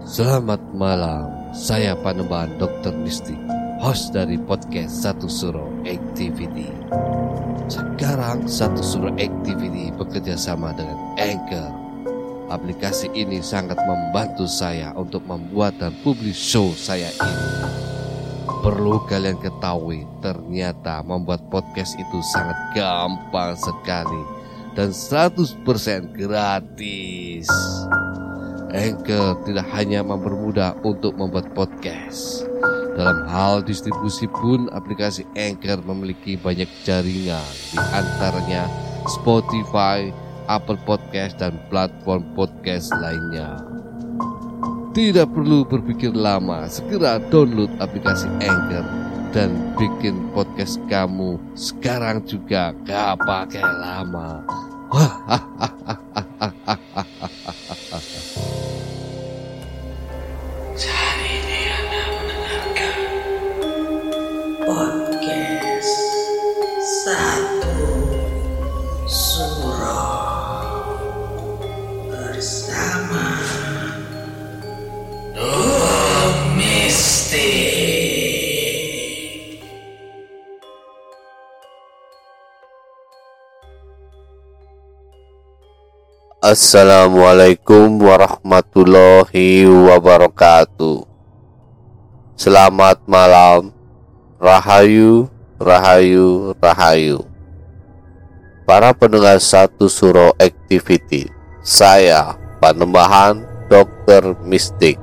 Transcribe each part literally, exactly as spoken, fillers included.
Selamat malam, saya Panembahan dokter Mistik, host dari podcast Satu Suro Activity. Sekarang Satu Suro Activity bekerja sama dengan Anchor. Aplikasi ini sangat membantu saya untuk membuat dan publish show saya ini. Perlu kalian ketahui, ternyata membuat podcast itu sangat gampang sekali dan seratus persen gratis. Anchor tidak hanya mempermudah untuk membuat podcast. Dalam hal distribusi pun aplikasi Anchor memiliki banyak jaringan, di antaranya Spotify, Apple Podcast, dan platform podcast lainnya. Tidak perlu berpikir lama, segera download aplikasi Anchor dan bikin podcast kamu sekarang juga, gak pakai lama. Saat ini Anda mendengarkan podcast Satu Suro bersama Dok Mistik. Assalamualaikum warahmatullahi wabarakatuh. Selamat malam. Rahayu, rahayu, rahayu. Para pendengar Satu Suro Activity, saya Panembahan dokter Mistik.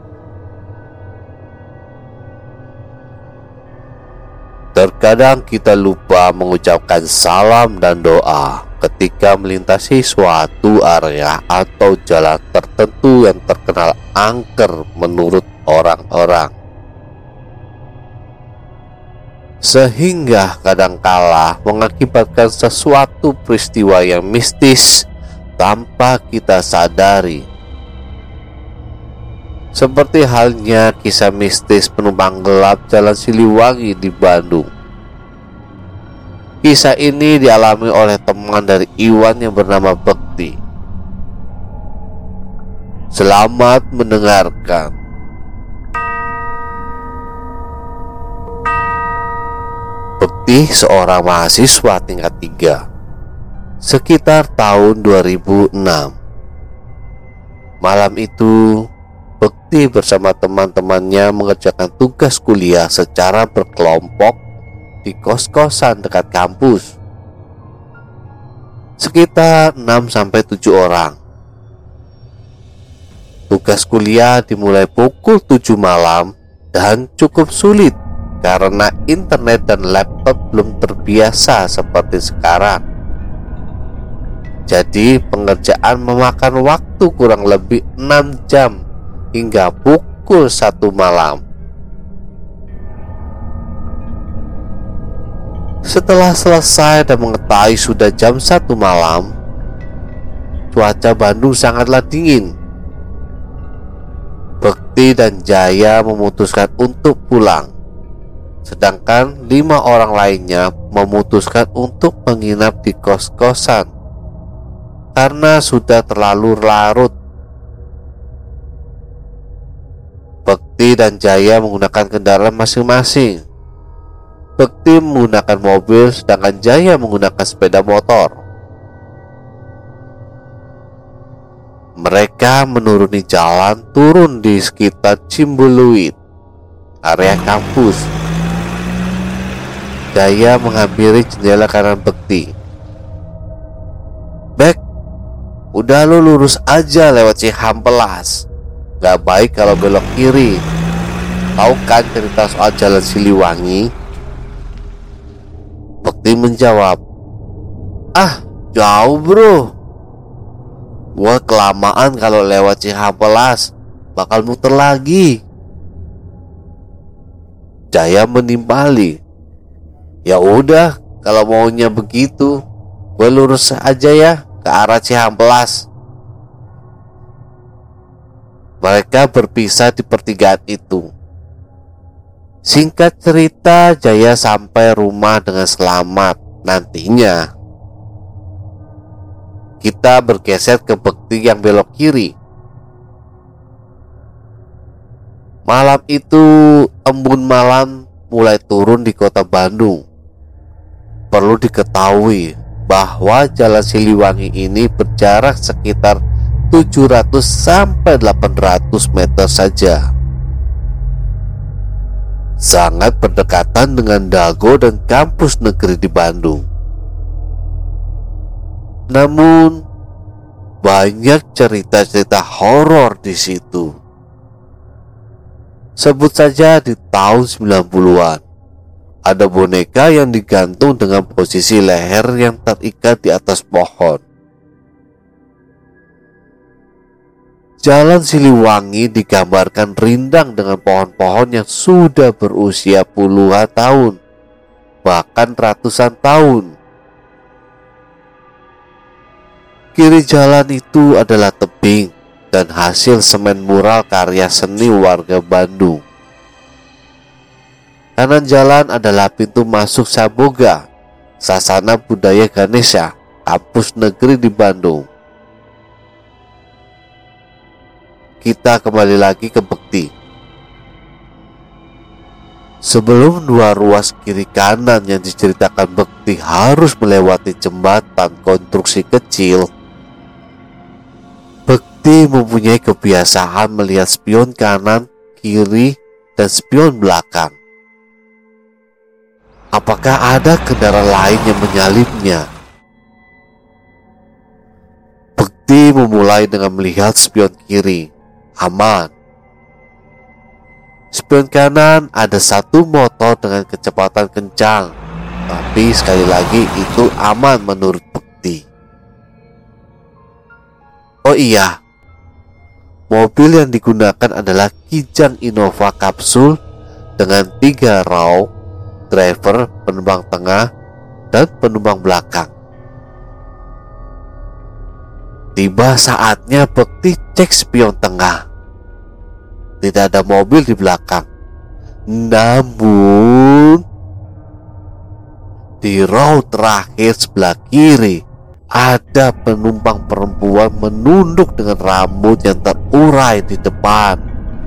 Terkadang kita lupa mengucapkan salam dan doa ketika melintasi suatu area atau jalan tertentu yang terkenal angker menurut orang-orang. Sehingga kadangkala mengakibatkan sesuatu peristiwa yang mistis tanpa kita sadari. Seperti halnya kisah mistis penumpang gelap Jalan Siliwangi di Bandung. Kisah ini dialami oleh teman dari Iwan yang bernama Bekti. Selamat mendengarkan. Bekti seorang mahasiswa tingkat tiga, sekitar tahun dua ribu enam. Malam itu, Bekti bersama teman-temannya mengerjakan tugas kuliah secara berkelompok di kos-kosan dekat kampus. Sekitar enam sampai tujuh orang. Tugas kuliah dimulai pukul tujuh malam dan cukup sulit karena internet dan laptop belum terbiasa seperti sekarang. Jadi pengerjaan memakan waktu kurang lebih enam jam hingga pukul satu malam. Setelah selesai dan mengetahui sudah jam satu malam, cuaca Bandung sangatlah dingin. Bekti dan Jaya memutuskan untuk pulang, sedangkan lima orang lainnya memutuskan untuk menginap di kos-kosan karena sudah terlalu larut. Bekti dan Jaya menggunakan kendaraan masing-masing. Bekti menggunakan mobil, sedangkan Jaya menggunakan sepeda motor. Mereka menuruni jalan turun di sekitar Cimbuluit, area kampus. Jaya menghampiri jendela kanan Bekti. "Bek, udah lu lurus aja lewat Cihampelas. Gak baik kalau belok kiri. Tahu kan cerita soal Jalan Siliwangi?" Bekti menjawab, "Ah, jauh bro. Gua kelamaan kalau lewat Cihampelas, bakal muter lagi." Jaya menimpali, "Ya udah, kalau maunya begitu, gue lurus aja ya ke arah Cihampelas." Mereka berpisah di pertigaan itu. Singkat cerita, Jaya sampai rumah dengan selamat. Nantinya kita bergeser ke Bekti yang belok kiri. Malam itu embun malam mulai turun di kota Bandung. Perlu diketahui bahwa Jalan Siliwangi ini berjarak sekitar tujuh ratus sampai delapan ratus meter saja. Sangat berdekatan dengan Dago dan kampus negeri di Bandung. Namun banyak cerita-cerita horor di situ. Sebut saja di tahun sembilan puluhan, ada boneka yang digantung dengan posisi leher yang terikat di atas pohon. Jalan Siliwangi digambarkan rindang dengan pohon-pohon yang sudah berusia puluhan tahun, bahkan ratusan tahun. Kiri jalan itu adalah tebing dan hasil semen mural karya seni warga Bandung. Kanan jalan adalah pintu masuk Saboga, Sasana Budaya Ganesha, kampus negeri di Bandung. Kita kembali lagi ke Bekti. Sebelum dua ruas kiri kanan yang diceritakan Bekti harus melewati jembatan konstruksi kecil, Bekti mempunyai kebiasaan melihat spion kanan, kiri, dan spion belakang. Apakah ada kendaraan lain yang menyalipnya? Bekti memulai dengan melihat spion kiri. Aman. Spion kanan ada satu motor dengan kecepatan kencang, tapi sekali lagi itu aman menurut Bekti. Oh iya, mobil yang digunakan adalah Kijang Innova Kapsul dengan tiga row, driver, penumpang tengah, dan penumpang belakang. Tiba saatnya Bekti cek spion tengah. Tidak ada mobil di belakang. Namun di row terakhir sebelah kiri ada penumpang perempuan menunduk dengan rambut yang terurai di depan.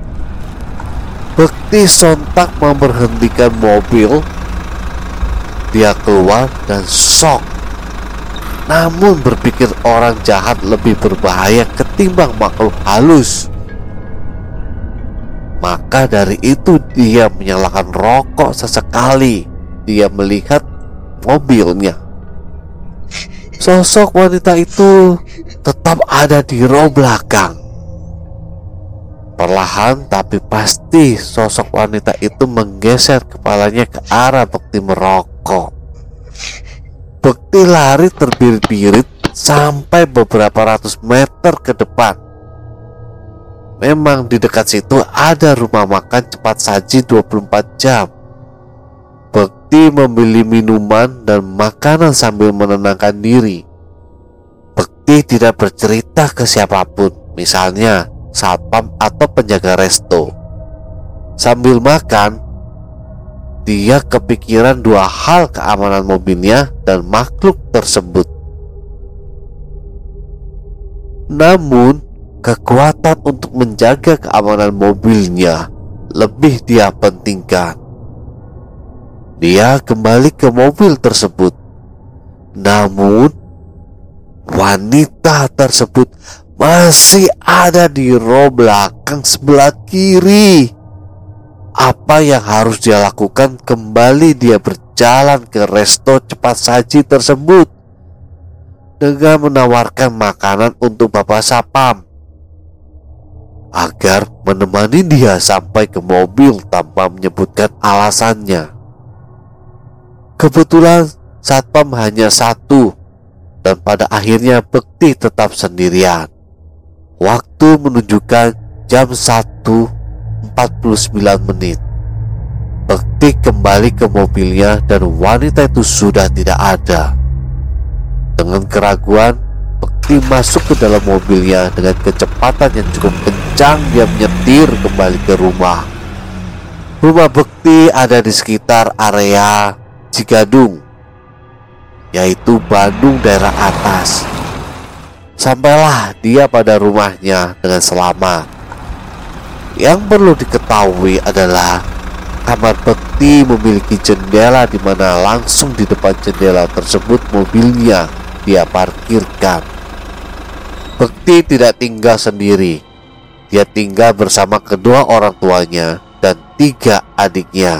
Bekti sontak memberhentikan mobil. Dia keluar dan shock. Namun berpikir orang jahat lebih berbahaya ketimbang makhluk halus. Maka dari itu dia menyalakan rokok sesekali dia melihat mobilnya. Sosok wanita itu tetap ada di row belakang. Perlahan tapi pasti sosok wanita itu menggeser kepalanya ke arah Bekti merokok. Bekti lari terbirit-birit sampai beberapa ratus meter ke depan. Memang di dekat situ ada rumah makan cepat saji dua puluh empat jam. Bekti membeli minuman dan makanan sambil menenangkan diri. Bekti tidak bercerita ke siapapun, misalnya satpam atau penjaga resto. Sambil makan, dia kepikiran dua hal: keamanan mobilnya dan makhluk tersebut. Namun kekuatan untuk menjaga keamanan mobilnya lebih dia pentingkan. Dia kembali ke mobil tersebut. Namun wanita tersebut masih ada di row belakang sebelah kiri. Apa yang harus dia lakukan? Kembali dia berjalan ke resto cepat saji tersebut dengan menawarkan makanan untuk Bapak Sapam agar menemani dia sampai ke mobil tanpa menyebutkan alasannya. Kebetulan satpam hanya satu, dan pada akhirnya Bekti tetap sendirian. Waktu menunjukkan jam satu empat puluh sembilan menit. Bekti kembali ke mobilnya dan wanita itu sudah tidak ada. Dengan keraguan, Bekti masuk ke dalam mobilnya. Dengan kecepatan yang cukup kencang, dia menyetir kembali ke rumah. Rumah Bekti ada di sekitar area Cigadung, yaitu Bandung daerah atas. Sampailah dia pada rumahnya dengan selamat. Yang perlu diketahui adalah kamar Bekti memiliki jendela di mana langsung di depan jendela tersebut mobilnya dia parkirkan. Bekti tidak tinggal sendiri. Dia tinggal bersama kedua orang tuanya dan tiga adiknya.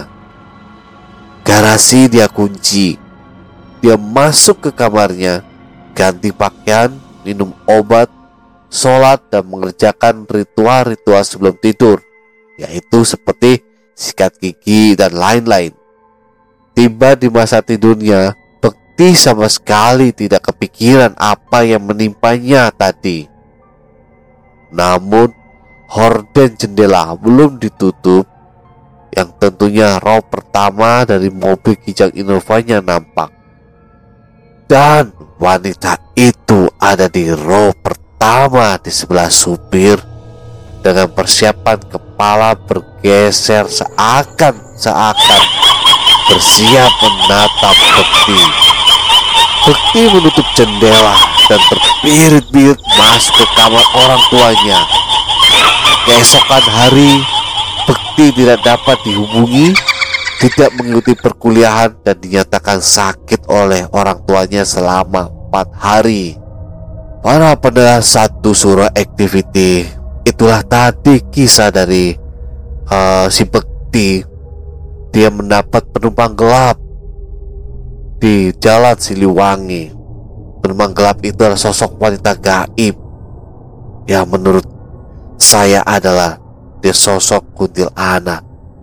Garasi dia kunci. Dia masuk ke kamarnya, ganti pakaian, minum obat, sholat, dan mengerjakan ritual-ritual sebelum tidur, yaitu seperti sikat gigi dan lain-lain. Tiba di masa tidurnya, Bekti sama sekali tidak kepikiran apa yang menimpanya tadi. Namun horden jendela belum ditutup, yang tentunya row pertama dari mobil Kijang Innovanya nampak. Dan wanita itu ada di row pertama di sebelah supir, dengan persiapan kepala bergeser seakan-seakan bersiap menatap Bekti. Bekti menutup jendela dan terbirit-birit masuk ke kamar orang tuanya. Keesokan hari, Bekti tidak dapat dihubungi, tidak mengikuti perkuliahan, dan dinyatakan sakit oleh orang tuanya selama empat hari. Para pendengar Satu Suro Activity, itulah tadi kisah dari uh, si Bekti. Dia mendapat penumpang gelap di Jalan Siliwangi. Penumpang gelap itu adalah sosok wanita gaib yang menurut saya adalah dia sosok kuntilanak.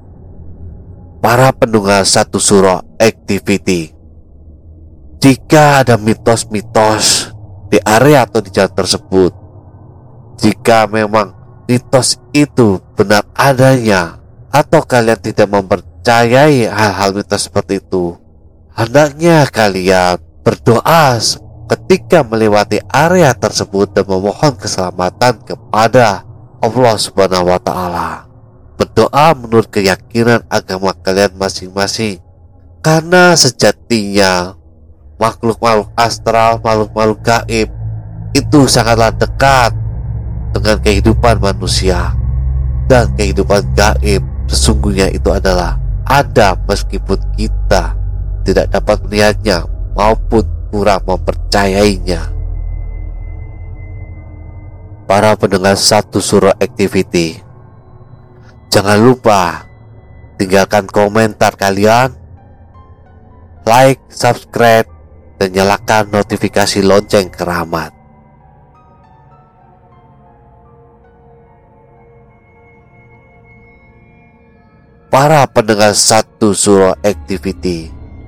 Para pendengar Satu Suro Activity, jika ada mitos-mitos di area atau di jalan tersebut, jika memang mitos itu benar adanya, atau kalian tidak mempercayai hal-hal mitos seperti itu, hendaknya kalian berdoa ketika melewati area tersebut dan memohon keselamatan kepada Allah Subhanahu wa Ta'ala. Berdoa menurut keyakinan agama kalian masing-masing, karena sejatinya makhluk-makhluk astral, makhluk-makhluk gaib itu sangatlah dekat dengan kehidupan manusia. Dan kehidupan gaib sesungguhnya itu adalah ada meskipun kita tidak dapat melihatnya maupun kurang mempercayainya. Para pendengar Satu Suro Activity, jangan lupa tinggalkan komentar kalian, like, subscribe, dan nyalakan notifikasi lonceng keramat. Para pendengar Satu Suro Activity,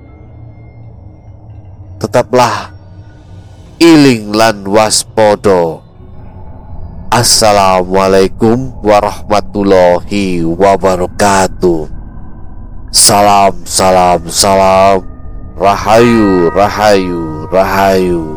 tetaplah iling lan waspodo. Assalamualaikum warahmatullahi wabarakatuh. Salam, salam, salam. Rahayu, rahayu, rahayu.